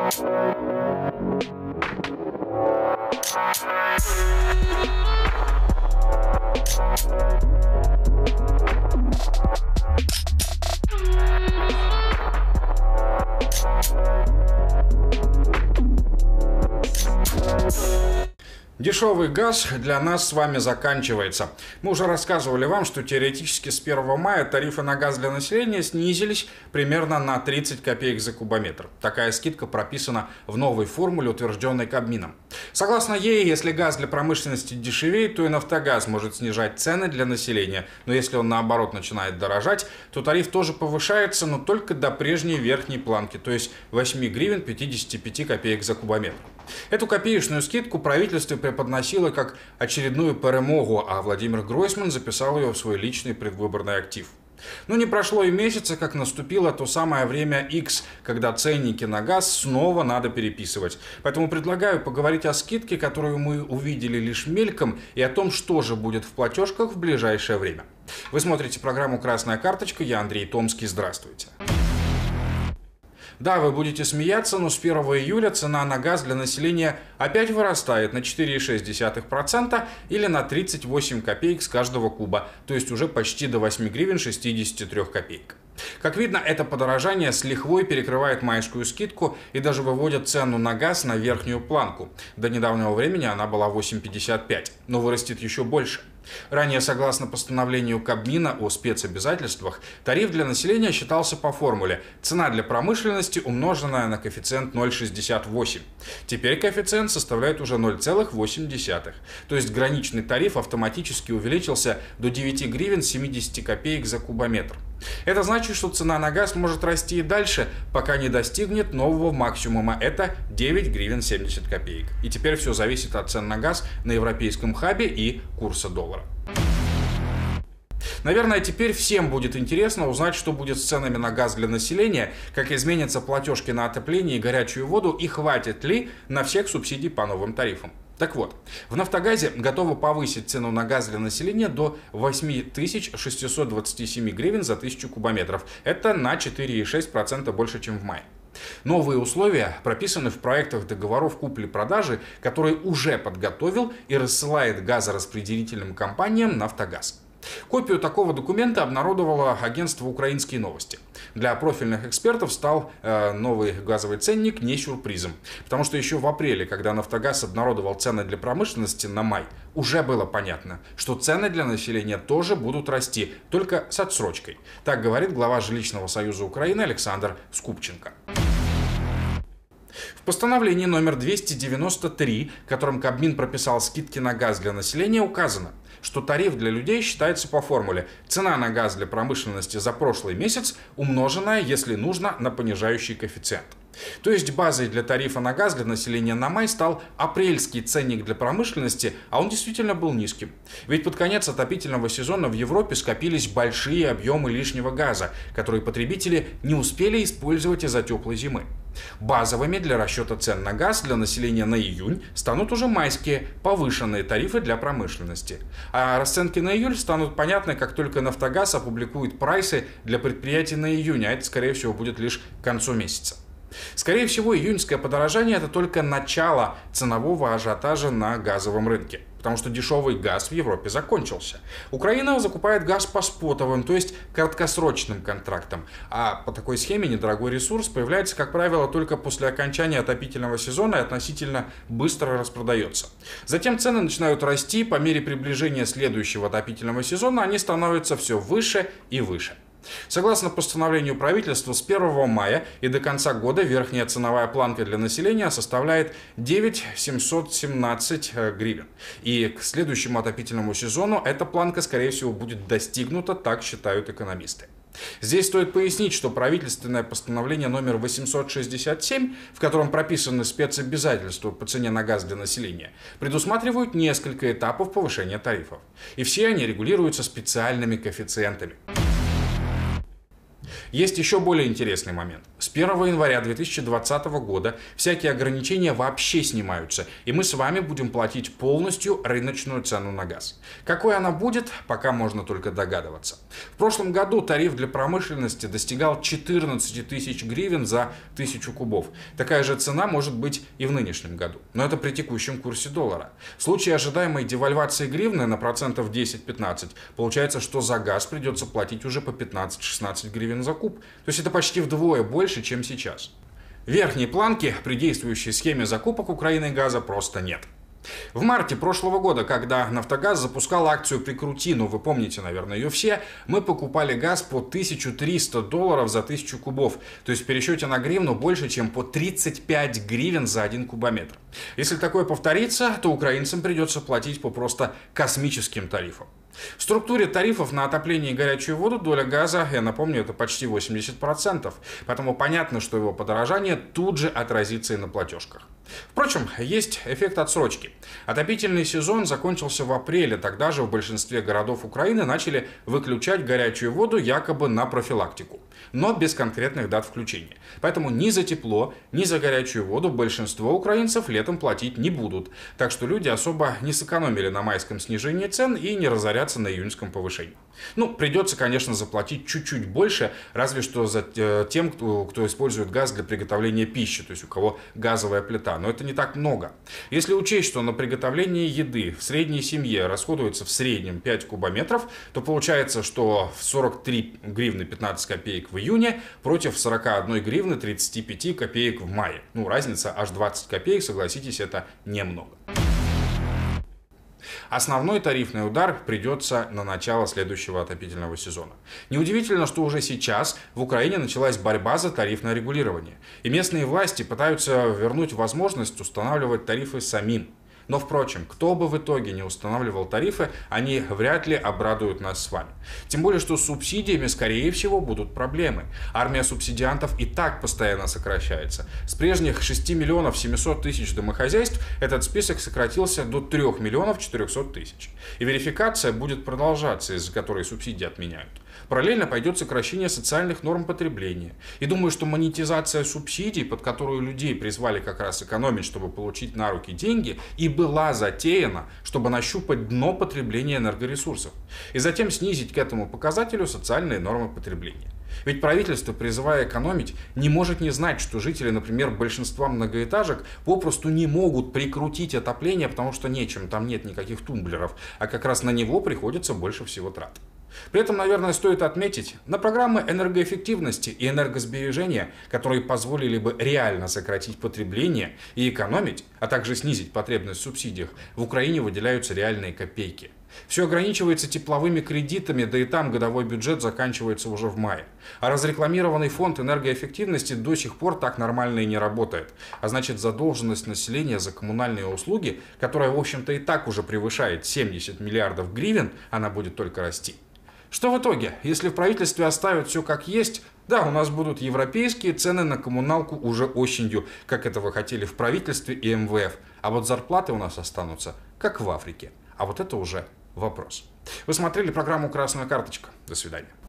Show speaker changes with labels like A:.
A: Дешевый газ для нас с вами заканчивается. Мы уже рассказывали вам, что теоретически с 1 мая тарифы на газ для населения снизились примерно на 30 копеек за кубометр. Такая скидка прописана в новой формуле, утвержденной Кабмином. Согласно ей, если газ для промышленности дешевеет, то и «Нафтогаз» может снижать цены для населения. Но если он наоборот начинает дорожать, то тариф тоже повышается, но только до прежней верхней планки, то есть 8 гривен 55 копеек за кубометр. Эту копеечную скидку правительство преподносило как очередную перемогу, а Владимир Гройсман записал ее в свой личный предвыборный актив. Но не прошло и месяца, как наступило то самое время X, когда ценники на газ снова надо переписывать. Поэтому предлагаю поговорить о скидке, которую мы увидели лишь мельком, и о том, что же будет в платежках в ближайшее время. Вы смотрите программу «Красная карточка», я Андрей Томский, здравствуйте. Да, вы будете смеяться, но с 1 июля цена на газ для населения опять вырастает на 4,6% или на 38 копеек с каждого куба, то есть уже почти до 8 гривен 63 копеек. Как видно, это подорожание с лихвой перекрывает майскую скидку и даже выводит цену на газ на верхнюю планку. До недавнего времени она была 8,55, но вырастет еще больше. Ранее, согласно постановлению Кабмина о спецобязательствах, тариф для населения считался по формуле цена для промышленности, умноженная на коэффициент 0,68. Теперь коэффициент составляет уже 0,8. То есть граничный тариф автоматически увеличился до 9 гривен 70 копеек за кубометр. Это значит, что цена на газ может расти и дальше, пока не достигнет нового максимума. Это 9 гривен 70 копеек. И теперь все зависит от цен на газ на европейском хабе и курса доллара. Наверное, теперь всем будет интересно узнать, что будет с ценами на газ для населения, как изменятся платежки на отопление и горячую воду, и хватит ли на всех субсидий по новым тарифам. Так вот, в «Нафтогазе» готовы повысить цену на газ для населения до 8627 гривен за 1000 кубометров. Это на 4,6% больше, чем в мае. Новые условия прописаны в проектах договоров купли-продажи, которые уже подготовил и рассылает газораспределительным компаниям «Нафтогаз». Копию такого документа обнародовало агентство «Украинские новости». Для профильных экспертов стал новый газовый ценник не сюрпризом, потому что еще в апреле, когда «Нафтогаз» обнародовал цены для промышленности на май, уже было понятно, что цены для населения тоже будут расти, только с отсрочкой. Так говорит глава Жилищного союза Украины Александр Скупченко. В постановлении номер 293, которым Кабмин прописал скидки на газ для населения, указано, что тариф для людей считается по формуле цена на газ для промышленности за прошлый месяц, умноженная, если нужно, на понижающий коэффициент. То есть базой для тарифа на газ для населения на май стал апрельский ценник для промышленности, а он действительно был низким. Ведь под конец отопительного сезона в Европе скопились большие объемы лишнего газа, которые потребители не успели использовать из-за теплой зимы. Базовыми для расчета цен на газ для населения на июнь станут уже майские повышенные тарифы для промышленности. А расценки на июль станут понятны, как только «Нафтогаз» опубликует прайсы для предприятий на июнь, а это, скорее всего, будет лишь к концу месяца. Скорее всего, июньское подорожание – это только начало ценового ажиотажа на газовом рынке, потому что дешевый газ в Европе закончился. Украина закупает газ по спотовым, то есть краткосрочным контрактам, а по такой схеме недорогой ресурс появляется, как правило, только после окончания отопительного сезона и относительно быстро распродается. Затем цены начинают расти, по мере приближения следующего отопительного сезона они становятся все выше и выше. Согласно постановлению правительства, с 1 мая и до конца года верхняя ценовая планка для населения составляет 9 717 гривен. И к следующему отопительному сезону эта планка, скорее всего, будет достигнута, так считают экономисты. Здесь стоит пояснить, что правительственное постановление номер 867, в котором прописаны спецобязательства по цене на газ для населения, предусматривают несколько этапов повышения тарифов. И все они регулируются специальными коэффициентами. Есть еще более интересный момент. С 1 января 2020 года всякие ограничения вообще снимаются, и мы с вами будем платить полностью рыночную цену на газ. Какой она будет, пока можно только догадываться. В прошлом году тариф для промышленности достигал 14 тысяч гривен за 1000 кубов. Такая же цена может быть и в нынешнем году, но это при текущем курсе доллара. В случае ожидаемой девальвации гривны на процентов 10-15, получается, что за газ придется платить уже по 15-16 гривен за куб. То есть это почти вдвое больше, чем сейчас. Верхней планки при действующей схеме закупок Украины газа просто нет. В марте прошлого года, когда «Нафтогаз» запускал акцию «Прикрути», ну вы помните, наверное, ее все, мы покупали газ по $1300 за 1000 кубов, то есть в пересчете на гривну больше, чем по 35 гривен за 1 кубометр. Если такое повторится, то украинцам придется платить по просто космическим тарифам. В структуре тарифов на отопление и горячую воду доля газа, я напомню, это почти 80%, поэтому понятно, что его подорожание тут же отразится и на платежках. Впрочем, есть эффект отсрочки. Отопительный сезон закончился в апреле, тогда же в большинстве городов Украины начали выключать горячую воду якобы на профилактику, но без конкретных дат включения. Поэтому ни за тепло, ни за горячую воду большинство украинцев летом платить не будут, так что люди особо не сэкономили на майском снижении цен и не разорятся на июньском повышении. Ну, придется, конечно, заплатить чуть-чуть больше, разве что за тем, кто использует газ для приготовления пищи, то есть у кого газовая плита, но это не так много. Если учесть, что на приготовление еды в средней семье расходуется в среднем 5 кубометров, то получается, что в 43 гривны 15 копеек в июне против 41 гривны 35 копеек в мае. Ну, разница аж 20 копеек, согласитесь, это немного. Основной тарифный удар придется на начало следующего отопительного сезона. Неудивительно, что уже сейчас в Украине началась борьба за тарифное регулирование. И местные власти пытаются вернуть возможность устанавливать тарифы самим. Но, впрочем, кто бы в итоге не устанавливал тарифы, они вряд ли обрадуют нас с вами. Тем более, что с субсидиями, скорее всего, будут проблемы. Армия субсидиантов и так постоянно сокращается. С прежних 6 миллионов 700 тысяч домохозяйств этот список сократился до 3 миллионов 400 тысяч. И верификация будет продолжаться, из-за которой субсидии отменяют. Параллельно пойдет сокращение социальных норм потребления. И думаю, что монетизация субсидий, под которую людей призвали как раз экономить, чтобы получить на руки деньги, и была затеяна, чтобы нащупать дно потребления энергоресурсов. И затем снизить к этому показателю социальные нормы потребления. Ведь правительство, призывая экономить, не может не знать, что жители, например, большинства многоэтажек попросту не могут прикрутить отопление, потому что нечем, там нет никаких тумблеров, а как раз на него приходится больше всего трат. При этом, наверное, стоит отметить, на программы энергоэффективности и энергосбережения, которые позволили бы реально сократить потребление и экономить, а также снизить потребность в субсидиях, в Украине выделяются реальные копейки. Все ограничивается тепловыми кредитами, да и там годовой бюджет заканчивается уже в мае. А разрекламированный фонд энергоэффективности до сих пор так нормально и не работает. А значит, задолженность населения за коммунальные услуги, которая, в общем-то, и так уже превышает 70 миллиардов гривен, она будет только расти. Что в итоге? Если в правительстве оставят все как есть, да, у нас будут европейские цены на коммуналку уже осенью, как этого хотели в правительстве и МВФ. А вот зарплаты у нас останутся, как в Африке. А вот это уже вопрос. Вы смотрели программу «Красная карточка». До свидания.